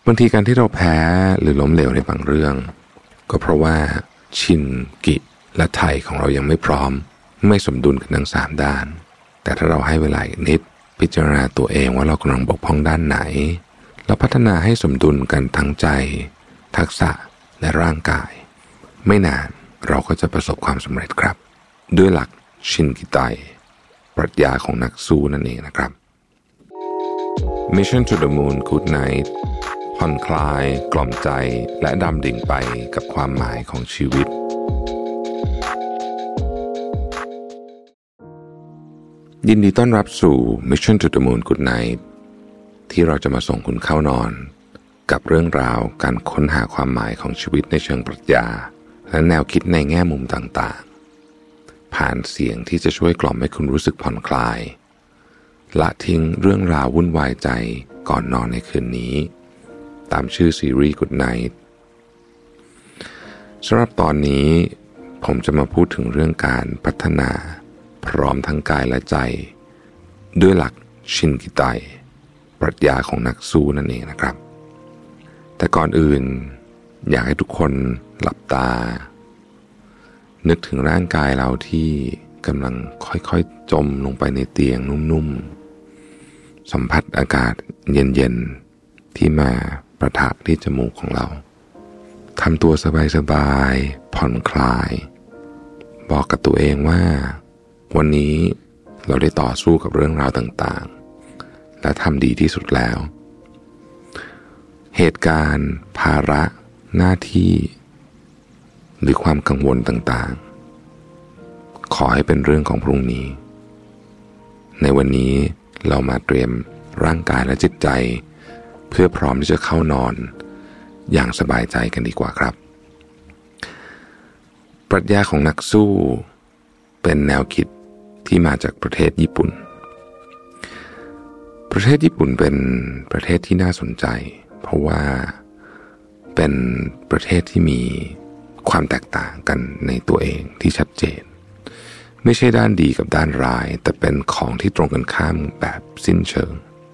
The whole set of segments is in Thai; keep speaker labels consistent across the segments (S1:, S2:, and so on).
S1: บางทีการที่เราแพ้หรือล้มเหลวในบางเรื่องก็เพราะว่าชินกิและไทของเรายังไม่พร้อมไม่สมดุลกันทั้ง3ด้านแต่ถ้าเราให้เวลาอีกนิดพิจารณาตัวเองว่าเรากำลังบกพร่องด้านไหนแล้วพัฒนาให้สมดุลกันทั้งใจทักษะและร่างกายไม่นานเราก็จะประสบความสำเร็จครับด้วยหลักชินกิไตปรัชญาของนักสู้นั่นเองนะครับ Mission to the Moon Good Night ผ่อนคลายกล่อมใจและดำดิ่งไปกับความหมายของชีวิตยินดีต้อนรับสู่ Mission to the Moon Good Night ที่เราจะมาส่งคุณเข้านอนกับเรื่องราวการค้นหาความหมายของชีวิตในเชิงปรัชญาและแนวคิดในแง่มุมต่างๆผ่านเสียงที่จะช่วยกล่อมให้คุณรู้สึกผ่อนคลายละทิ้งเรื่องราววุ่นวายใจก่อนนอนในคืนนี้ตามชื่อซีรีส์ Good Night สำหรับตอนนี้ผมจะมาพูดถึงเรื่องการพัฒนาพร้อมทั้งกายและใจด้วยหลักชินกิไตปรัชญาของนักสู้นั่นเองนะครับแต่ก่อนอื่นอยากให้ทุกคนหลับตานึกถึงร่างกายเราที่กำลังค่อยๆจมลงไปในเตียงนุ่มๆสัมผัสอากาศเย็นๆที่มาประทะที่จมูกของเราทำตัวสบายๆผ่อนคลายบอกกับตัวเองว่าวันนี้เราได้ต่อสู้กับเรื่องราวต่างๆและทำดีที่สุดแล้วเหตุการณ์ภาระหน้าที่หรือความกังวลต่างๆขอให้เป็นเรื่องของพรุ่งนี้ในวันนี้เรามาเตรียมร่างกายและจิตใจเพื่อพร้อมที่จะเข้านอนอย่างสบายใจกันดีกว่าครับปรัชญาของนักสู้เป็นแนวคิดที่มาจากประเทศญี่ปุ่นประเทศญี่ปุ่นเป็นประเทศที่น่าสนใจเพราะว่าเป็นประเทศที่มีความแตกต่างกันในตัวเองที่ชัดเจนไม่ใช่ด้านดีกับด้านร้ายแต่เป็นของที่ตรงกันข้ามแบบสิ้นเชิง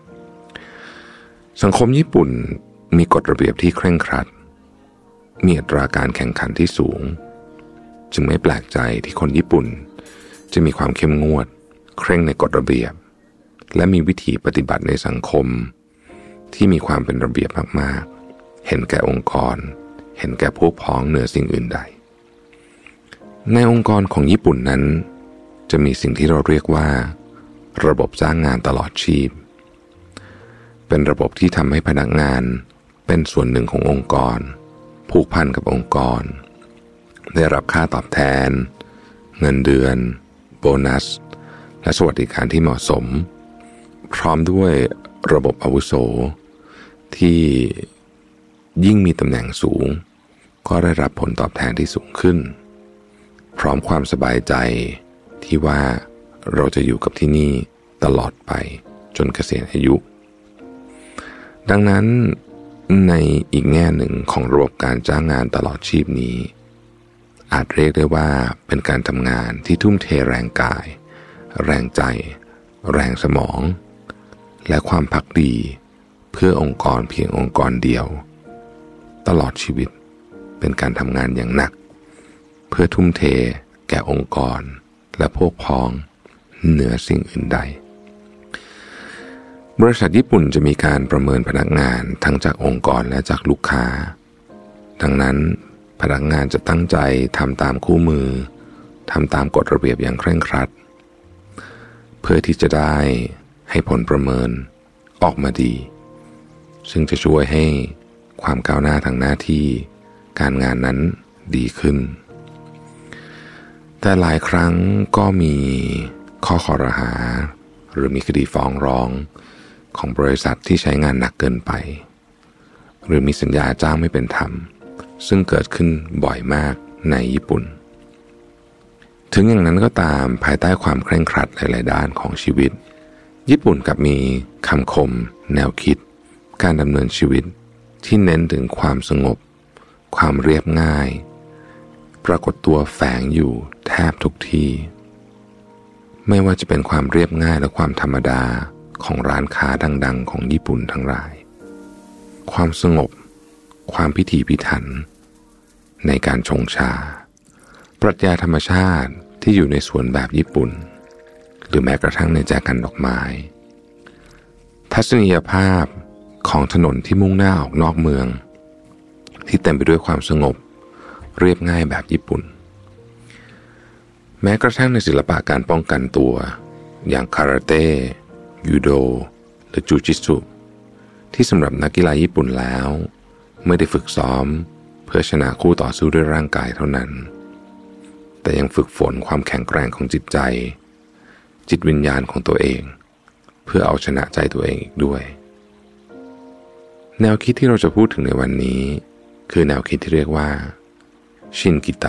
S1: สังคมญี่ปุ่นมีกฎระเบียบที่เคร่งครัดมีอัตราการแข่งขันที่สูงจึงไม่แปลกใจที่คนญี่ปุ่นจะมีความเข้มงวดเคร่งในกฎระเบียบและมีวิธีปฏิบัติในสังคมที่มีความเป็นระเบียบมากๆเห็นแก่องค์กรเห็นแก่พวกพ้องเหนือสิ่งอื่นใดในองค์กรของญี่ปุ่นนั้นจะมีสิ่งที่เราเรียกว่าระบบจ้างงานตลอดชีพเป็นระบบที่ทำให้พนักงานเป็นส่วนหนึ่งขององค์กรผูกพันกับองค์กรได้รับค่าตอบแทนเงินเดือนโบนัสและสวัสดิการที่เหมาะสมพร้อมด้วยระบบอาวุโสที่ยิ่งมีตำแหน่งสูงก็ได้รับผลตอบแทนที่สูงขึ้นพร้อมความสบายใจที่ว่าเราจะอยู่กับที่นี่ตลอดไปจนเกษียณอายุดังนั้นในอีกแง่หนึ่งของระบบการจ้างงานตลอดชีพนี้อาจเรียกได้ว่าเป็นการทำงานที่ทุ่มเทแรงกายแรงใจแรงสมองและความภักดีเพื่อองค์กรเพียงองค์กรเดียวตลอดชีวิตเป็นการทำงานอย่างหนักเพื่อทุ่มเทแก่องค์กรและพวกพ้องเหนือสิ่งอื่นใดบริษัทญี่ปุ่นจะมีการประเมินพนักงานทั้งจากองค์กรและจากลูกค้าดังนั้นพนักงานจะตั้งใจทำตามคู่มือทำตามกฎระเบียบอย่างเคร่งครัดเพื่อที่จะได้ให้ผลประเมินออกมาดีซึ่งจะช่วยให้ความก้าวหน้าทางหน้าที่การงานนั้นดีขึ้นแต่หลายครั้งก็มีข้อคอรหาหรือมีคดีฟ้องร้องของบริษัทที่ใช้งานหนักเกินไปหรือมีสัญญาจ้างไม่เป็นธรรมซึ่งเกิดขึ้นบ่อยมากในญี่ปุ่นถึงอย่างนั้นก็ตามภายใต้ความเคร่งครัดหลายๆด้านของชีวิตญี่ปุ่นกับมีคำคมแนวคิดการดำเนินชีวิตที่เน้นถึงความสงบความเรียบง่ายปรากฏตัวแฝงอยู่แทบทุกที่ไม่ว่าจะเป็นความเรียบง่ายและความธรรมดาของร้านค้าดังๆของญี่ปุ่นทั้งหลายความสงบความพิถีพิถันในการชงชาปรัชญาธรรมชาติที่อยู่ในสวนแบบญี่ปุ่นหรือแม้กระทั่งในแจกันดอกไม้ทัศนียภาพของถนนที่มุ่งหน้าออกนอกเมืองที่เต็มไปด้วยความสงบเรียบง่ายแบบญี่ปุ่นแม้กระทั่งในศิลปะการป้องกันตัวอย่างคาราเต้ยูโดหรือจูจิตสุที่สำหรับนักกีฬาญี่ปุ่นแล้วไม่ได้ฝึกซ้อมเพื่อชนะคู่ต่อสู้ด้วยร่างกายเท่านั้นแต่ยังฝึกฝนความแข็งแกร่งของจิตใจจิตวิญญาณของตัวเองเพื่อเอาชนะใจตัวเองอีกด้วยแนวคิดที่เราจะพูดถึงในวันนี้คือแนวคิดที่เรียกว่าชินกิไต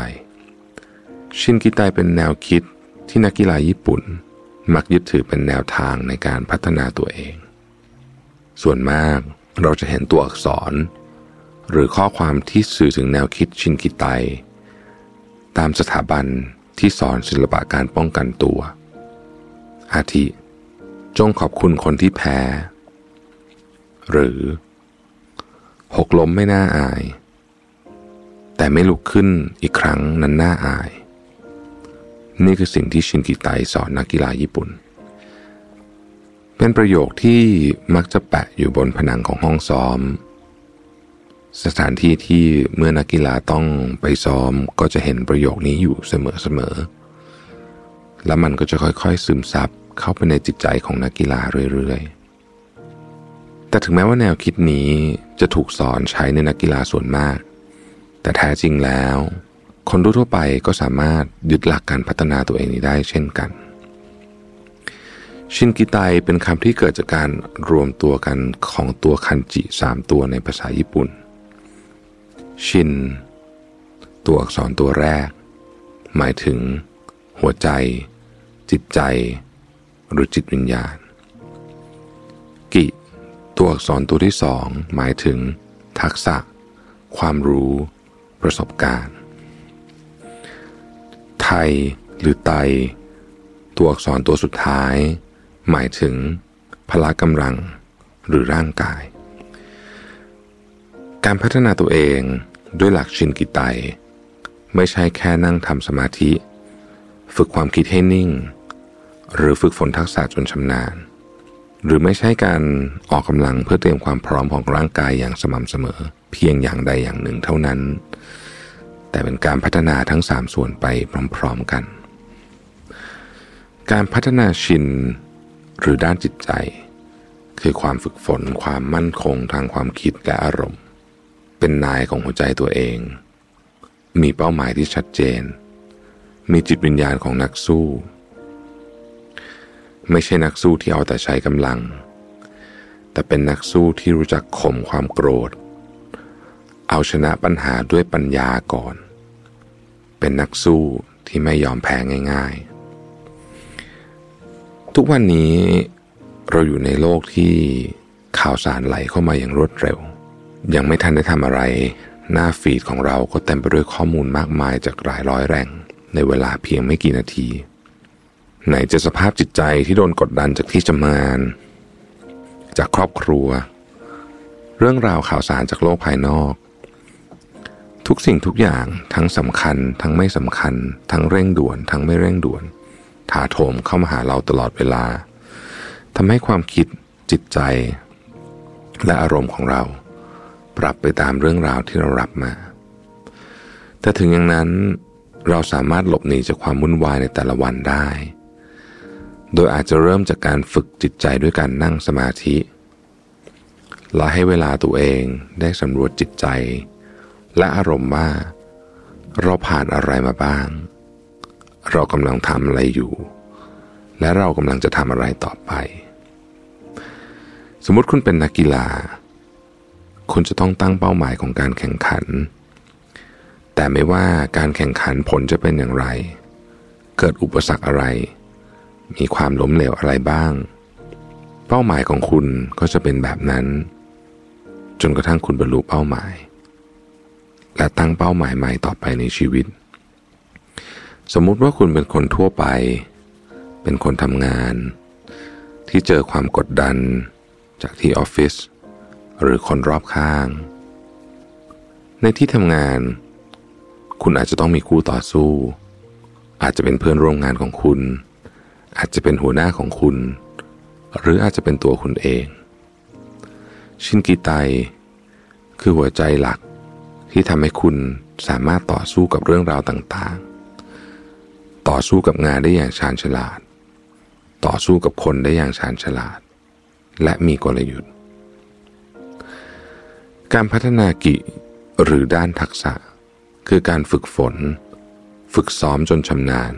S1: เป็นแนวคิดที่นักกีฬาญี่ปุ่นมักยึดถือเป็นแนวทางในการพัฒนาตัวเองส่วนมากเราจะเห็นตัวอักษรหรือข้อความที่สื่อถึงแนวคิดชินกิไตตามสถาบันที่สอนศิลปะการป้องกันตัวอาทิจงขอบคุณคนที่แพ้หรือหกล้มไม่น่าอายแต่ไม่ลุกขึ้นอีกครั้งนั้นน่าอายนี่คือสิ่งที่ชินกิไตสอนนักกีฬาญี่ปุ่นเป็นประโยคที่มักจะแปะอยู่บนผนังของห้องซ้อมสถานที่ที่เมื่อนักกีฬาต้องไปซ้อมก็จะเห็นประโยคนี้อยู่เสมอแล้วมันก็จะค่อยๆซึมซับเข้าไปในจิตใจของนักกีฬาเรื่อยๆแต่ถึงแม้ว่าแนวคิดนี้จะถูกสอนใช้ในนักกีฬาส่วนมากแต่แท้จริงแล้วคนทั่วไปก็สามารถยึดหลักการพัฒนาตัวเองนี้ได้เช่นกันชินกิไตเป็นคำที่เกิดจากการรวมตัวกันของตัวคันจิ3ตัวในภาษาญี่ปุ่นชินตัวอักษรตัวแรกหมายถึงหัวใจจิตใจหรือจิตวิญญาณกิตัวอักษรตัวที่2หมายถึงทักษะความรู้ประสบการณ์ไทยหรือไตตัวอักษรตัวสุดท้ายหมายถึงพละกำลังหรือร่างกายการพัฒนาตัวเองด้วยหลักชินกิไตไม่ใช่แค่นั่งทำสมาธิฝึกความคิดให้นิ่งหรือฝึกฝนทักษะจนชำนาญหรือไม่ใช่การออกกำลังเพื่อเตรียมความพร้อมของร่างกายอย่างสม่ำเสมอเพียงอย่างใดอย่างหนึ่งเท่านั้นแต่เป็นการพัฒนาทั้ง3ส่วนไปพร้อมๆกันการพัฒนาชินหรือด้านจิตใจคือความฝึกฝนความมั่นคงทางความคิดและอารมณ์เป็นนายของหัวใจตัวเองมีเป้าหมายที่ชัดเจนมีจิตวิญญาณของนักสู้ไม่ใช่นักสู้ที่เอาแต่ใช้กำลังแต่เป็นนักสู้ที่รู้จักข่มความโกรธเอาชนะปัญหาด้วยปัญญาก่อนเป็นนักสู้ที่ไม่ยอมแพ้ง่ายๆทุกวันนี้เราอยู่ในโลกที่ข่าวสารไหลเข้ามาอย่างรวดเร็วยังไม่ทันได้ทำอะไรหน้าฟีดของเราก็เต็มไปด้วยข้อมูลมากมายจากหลายร้อยแหล่งในเวลาเพียงไม่กี่นาทีไหนจะสภาพจิตใจที่โดนกดดันจากที่ทำงานจากครอบครัวเรื่องราวข่าวสารจากโลกภายนอกทุกสิ่งทุกอย่างทั้งสำคัญทั้งไม่สำคัญทั้งเร่งด่วนทั้งไม่เร่งด่วนถาโถมเข้ามาหาเราตลอดเวลาทำให้ความคิดจิตใจและอารมณ์ของเราปรับไปตามเรื่องราวที่เรารับมาแต่ถึงอย่างนั้นเราสามารถหลบหนีจากความวุ่นวายในแต่ละวันได้โดยอาจจะเริ่มจากการฝึกจิตใจด้วยการนั่งสมาธิและให้เวลาตัวเองได้สำรวจจิตใจและอารมณ์ว่าเราผ่านอะไรมาบ้างเรากำลังทำอะไรอยู่และเรากำลังจะทำอะไรต่อไปสมมุติคุณเป็นนักกีฬาคุณจะต้องตั้งเป้าหมายของการแข่งขันแต่ไม่ว่าการแข่งขันผลจะเป็นอย่างไรเกิดอุปสรรคอะไรมีความล้มเหลวอะไรบ้างเป้าหมายของคุณก็จะเป็นแบบนั้นจนกระทั่งคุณบรรลุเป้าหมายและตั้งเป้าหมายใหม่ต่อไปในชีวิตสมมุติว่าคุณเป็นคนทั่วไปเป็นคนทำงานที่เจอความกดดันจากที่ออฟฟิศหรือคนรอบข้างในที่ทำงานคุณอาจจะต้องมีคู่ต่อสู้อาจจะเป็นเพื่อนร่วมงานของคุณอาจจะเป็นหัวหน้าของคุณหรืออาจจะเป็นตัวคุณเองชินกิไตคือหัวใจหลักที่ทำให้คุณสามารถต่อสู้กับเรื่องราวต่างๆต่อสู้กับงานได้อย่างชาญฉลาดต่อสู้กับคนได้อย่างชาญฉลาดและมีกลยุทธ์การพัฒนากิหรือด้านทักษะคือการฝึกฝนฝึกซ้อมจนชำนาญ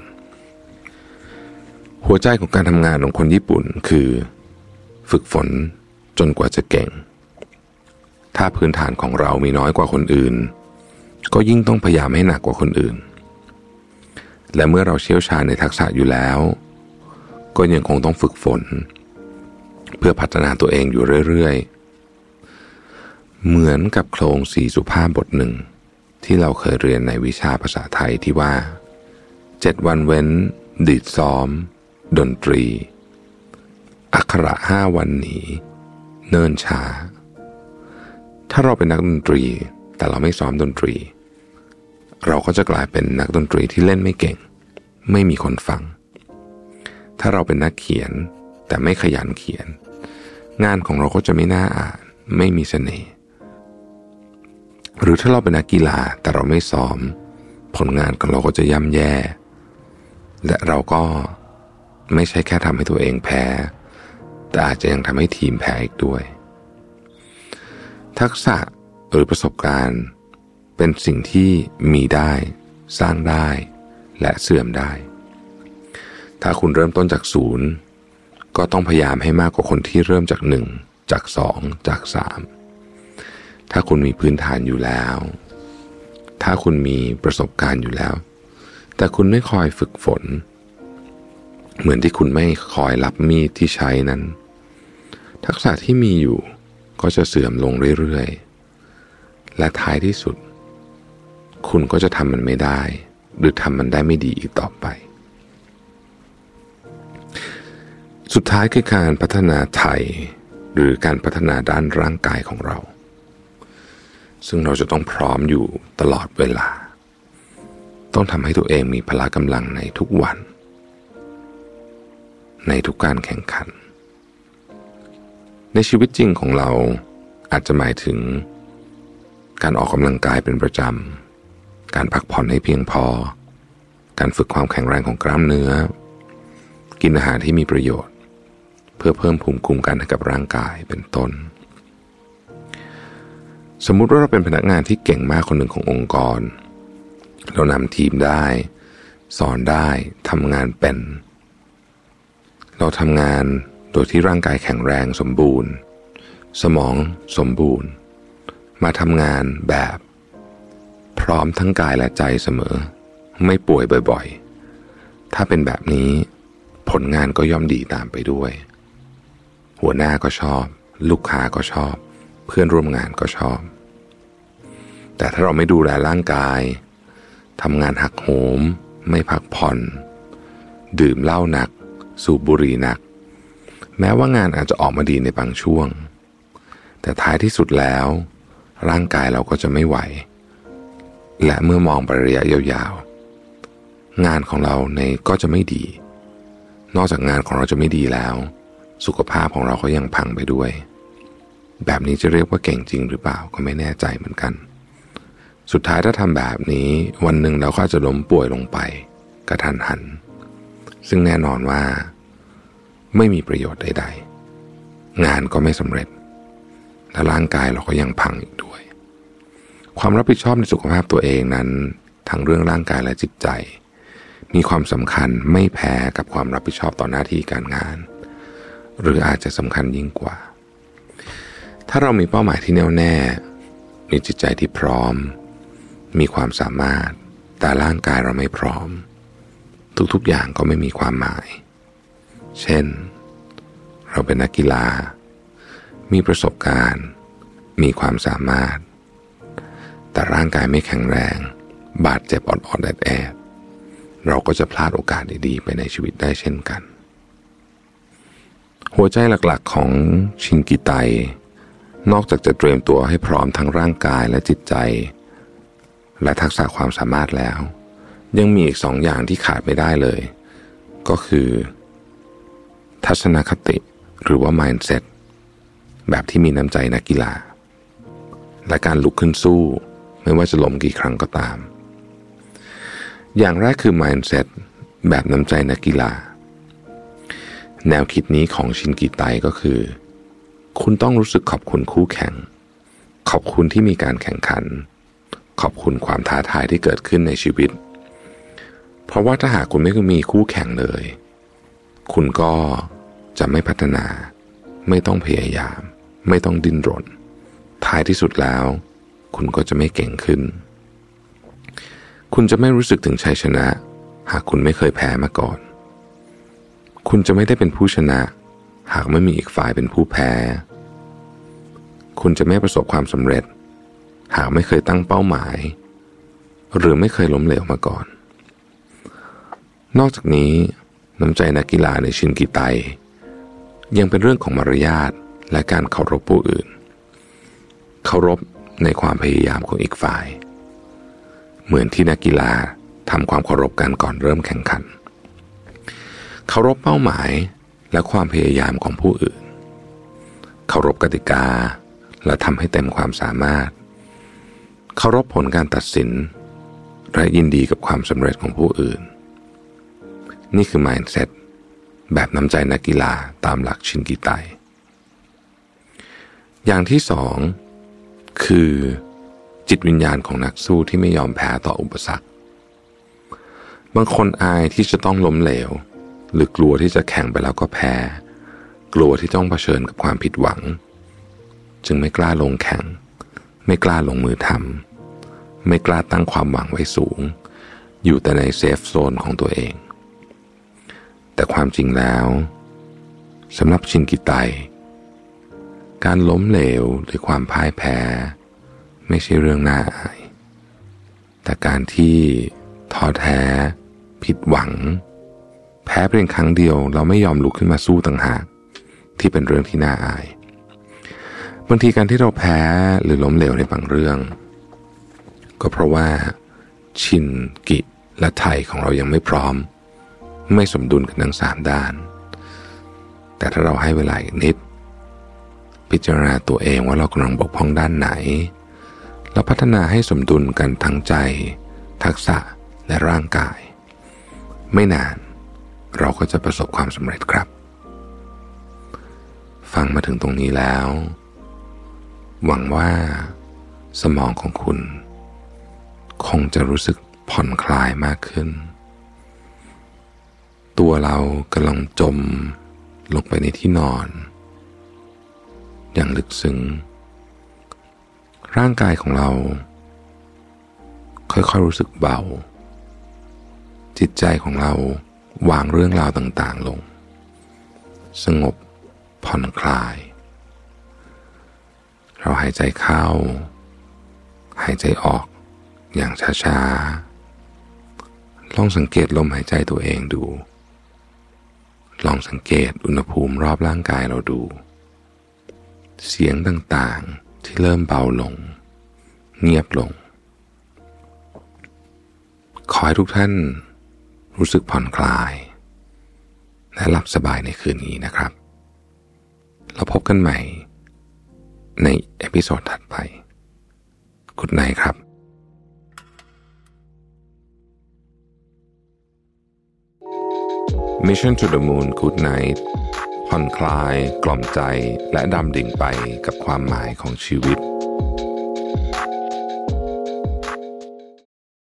S1: หัวใจของการทำงานของคนญี่ปุ่นคือฝึกฝนจนกว่าจะเก่งถ้าพื้นฐานของเรามีน้อยกว่าคนอื่นก็ยิ่งต้องพยายามให้หนักกว่าคนอื่นและเมื่อเราเชี่ยวชาญในทักษะอยู่แล้วก็ยังคงต้องฝึกฝนเพื่อพัฒนาตัวเองอยู่เรื่อยๆเหมือนกับโครงสี่สุภาพบทหนึ่งที่เราเคยเรียนในวิชาภาษาไทยที่ว่า7 วันเว้นดีดซ้อมดนตรีอักขระ5 วันหนีเนิ่นช้าถ้าเราเป็นนักดนตรีแต่เราไม่ซ้อมดนตรีเราก็จะกลายเป็นนักดนตรีที่เล่นไม่เก่งไม่มีคนฟังถ้าเราเป็นนักเขียนแต่ไม่ขยันเขียนงานของเราก็จะไม่น่าอ่านไม่มีเสน่ห์หรือถ้าเราเป็นนักกีฬาแต่เราไม่ซ้อมผลงานของเราก็จะย่ำแย่และเราก็ไม่ใช่แค่ทำให้ตัวเองแพ้แต่อาจจะยังทำให้ทีมแพ้อีกด้วยทักษะหรือประสบการณ์เป็นสิ่งที่มีได้สร้างได้และเสื่อมได้ถ้าคุณเริ่มต้นจาก0ก็ต้องพยายามให้มากกว่าคนที่เริ่มจาก1จาก2จาก3ถ้าคุณมีพื้นฐานอยู่แล้วถ้าคุณมีประสบการณ์อยู่แล้วแต่คุณไม่คอยฝึกฝนเหมือนที่คุณไม่คอยรับมีดที่ใช้นั้นทักษะที่มีอยู่ก็จะเสื่อมลงเรื่อยๆและท้ายที่สุดคุณก็จะทำมันไม่ได้หรือทำมันได้ไม่ดีอีกต่อไปสุดท้ายคือการพัฒนาไทยหรือการพัฒนาด้านร่างกายของเราซึ่งเราจะต้องพร้อมอยู่ตลอดเวลาต้องทำให้ตัวเองมีพละกำลังในทุกวันในทุกการแข่งขันในชีวิตจริงของเราอาจจะหมายถึงการออกกำลังกายเป็นประจำการพักผ่อนให้เพียงพอการฝึกความแข็งแรงของกล้ามเนื้อกินอาหารที่มีประโยชน์เพื่อเพิ่มภูมิคุ้มกันให้กับร่างกายเป็นต้นสมมุติว่าเราเป็นพนักงานที่เก่งมากคนหนึ่งขององค์กรเรานำทีมได้สอนได้ทำงานเป็นเราทำงานโดยที่ร่างกายแข็งแรงสมบูรณ์สมองสมบูรณ์มาทำงานแบบพร้อมทั้งกายและใจเสมอไม่ป่วยบ่อยๆถ้าเป็นแบบนี้ผลงานก็ย่อมดีตามไปด้วยหัวหน้าก็ชอบลูกค้าก็ชอบเพื่อนร่วมงานก็ชอบแต่ถ้าเราไม่ดูแลร่างกายทำงานหักโหมไม่พักผ่อนดื่มเหล้าหนักสูบบุหรี่หนักแม้ว่างานอาจจะออกมาดีในบางช่วงแต่ท้ายที่สุดแล้วร่างกายเราก็จะไม่ไหวและเมื่อมองไประยะยาวๆงานของเราก็จะไม่ดีนอกจากงานของเราจะไม่ดีแล้วสุขภาพของเราก็ยังพังไปด้วยแบบนี้จะเรียกว่าเก่งจริงหรือเปล่าก็ไม่แน่ใจเหมือนกันสุดท้ายถ้าทำแบบนี้วันหนึ่งเราก็จะล้มป่วยลงไปกระทันหันซึ่งแน่นอนว่าไม่มีประโยชน์ใดๆงานก็ไม่สำเร็จและร่างกายเราก็ยังพังอีกด้วยความรับผิดชอบในสุขภาพตัวเองนั้นทั้งเรื่องร่างกายและจิตใจมีความสำคัญไม่แพ้กับความรับผิดชอบต่อหน้าที่การงานหรืออาจจะสำคัญยิ่งกว่าถ้าเรามีเป้าหมายที่แน่วแน่มีจิตใจที่พร้อมมีความสามารถแต่ร่างกายเราไม่พร้อมทุกๆอย่างก็ไม่มีความหมายเช่นเราเป็นนักกีฬามีประสบการณ์มีความสามารถแต่ร่างกายไม่แข็งแรงบาดเจ็บอ่อนๆแอดๆเราก็จะพลาดโอกาสดีๆไปในชีวิตได้เช่นกันหัวใจหลักๆของชินกิไตนอกจากจะเตรียมตัวให้พร้อมทั้งร่างกายและจิตใจและทักษะความสามารถแล้วยังมีอีก2 อย่างที่ขาดไม่ได้เลยก็คือทัศนคติหรือว่า mindset แบบที่มีน้ำใจนักกีฬาและการลุกขึ้นสู้ไม่ว่าจะล้มกี่ครั้งก็ตามอย่างแรกคือ mindset แบบน้ำใจนักกีฬาแนวคิดนี้ของชินกิไตก็คือคุณต้องรู้สึกขอบคุณคู่แข่งขอบคุณที่มีการแข่งขันขอบคุณความท้าทายที่เกิดขึ้นในชีวิตเพราะว่าถ้าหากคุณไม่มีคู่แข่งเลยคุณก็จะไม่พัฒนาไม่ต้องพยายามไม่ต้องดิ้นรนท้ายที่สุดแล้วคุณก็จะไม่เก่งขึ้นคุณจะไม่รู้สึกถึงชัยชนะหากคุณไม่เคยแพ้มาก่อนคุณจะไม่ได้เป็นผู้ชนะหากไม่มีอีกฝ่ายเป็นผู้แพ้คุณจะไม่ประสบความสำเร็จหากไม่เคยตั้งเป้าหมายหรือไม่เคยล้มเหลวมาก่อนนอกจากนี้น้ำใจนักกีฬาในชินกิไตยังเป็นเรื่องของมารยาทและการเคารพผู้อื่นเคารพในความพยายามของอีกฝ่ายเหมือนที่นักกีฬาทำความเคารพกันก่อนเริ่มแข่งขันเคารพเป้าหมายและความพยายามของผู้อื่นเคารพกติกาและทำให้เต็มความสามารถเคารพผลการตัดสินและยินดีกับความสำเร็จของผู้อื่นนี่คือ mindset แบบน้ำใจนักกีฬาตามหลักชินกิไตอย่างที่2คือจิตวิญญาณของนักสู้ที่ไม่ยอมแพ้ต่ออุปสรรคบางคนอายที่จะต้องล้มเหลวหรือกลัวที่จะแข่งไปแล้วก็แพ้กลัวที่ต้องเผชิญกับความผิดหวังจึงไม่กล้าลงแข่งไม่กล้าลงมือทำไม่กล้าตั้งความหวังไว้สูงอยู่แต่ในเซฟโซนของตัวเองแต่ความจริงแล้วสำหรับชินกิไตการล้มเหลวหรือความพ่ายแพ้ไม่ใช่เรื่องน่าอายแต่การที่ท้อแท้ผิดหวังแพ้เพียงครั้งเดียวเราไม่ยอมลุกขึ้นมาสู้ต่างหากที่เป็นเรื่องที่น่าอายบางทีการที่เราแพ้หรือล้มเหลวในบางเรื่องก็เพราะว่าชินกิและไทยของเรายังไม่พร้อมไม่สมดุลกันทั้ง3ด้านแต่ถ้าเราให้เวลาอีกนิดพิจารณาตัวเองว่าเรากำลังบกพร่องด้านไหนแล้วพัฒนาให้สมดุลกันทั้งใจทักษะและร่างกายไม่นานเราก็จะประสบความสำเร็จครับฟังมาถึงตรงนี้แล้วหวังว่าสมองของคุณคงจะรู้สึกผ่อนคลายมากขึ้นตัวเรากำลังจมลงไปในที่นอนอย่างลึกซึ้งร่างกายของเราค่อยๆรู้สึกเบาจิตใจของเราวางเรื่องราวต่างๆลงสงบผ่อนคลายเราหายใจเข้าหายใจออกอย่างช้าๆลองสังเกตลมหายใจตัวเองดูลองสังเกตอุณหภูมิรอบร่างกายเราดูเสียงต่างๆที่เริ่มเบาลงเงียบลงขอให้ทุกท่านรู้สึกผ่อนคลายและหลับสบายในคืนนี้นะครับแล้วพบกันใหม่ในเอพิโซดถัดไปGood nightครับMission to the Moon Good Night ผ่อนคลายกล่อมใจและดำดิ่งไปกับความหมายของชีวิต